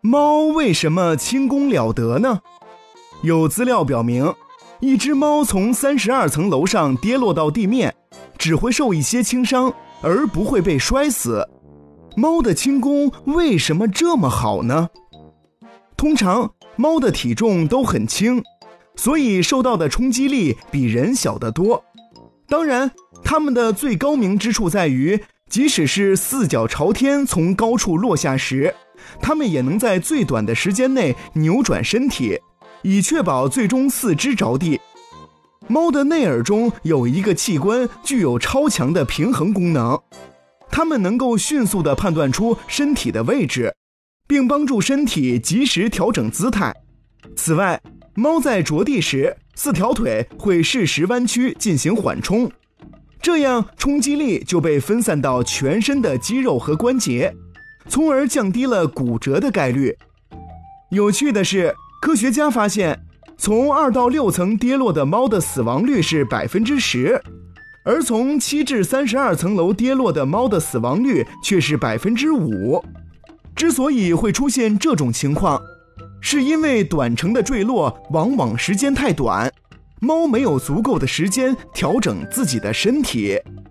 猫为什么轻功了得呢？有资料表明，一只猫从32层楼上跌落到地面，只会受一些轻伤，而不会被摔死。猫的轻功为什么这么好呢？通常猫的体重都很轻，所以受到的冲击力比人小得多。当然，它们的最高明之处在于，即使是四脚朝天从高处落下时，它们也能在最短的时间内扭转身体，以确保最终四肢着地。猫的内耳中有一个器官具有超强的平衡功能，它们能够迅速地判断出身体的位置，并帮助身体及时调整姿态。此外，猫在着地时，四条腿会适时弯曲进行缓冲，这样冲击力就被分散到全身的肌肉和关节，从而降低了骨折的概率。有趣的是，科学家发现，从2到6层跌落的猫的死亡率是 10%， 而从7至32层楼跌落的猫的死亡率却是 5%。 之所以会出现这种情况，是因为短程的坠落往往时间太短，猫没有足够的时间调整自己的身体。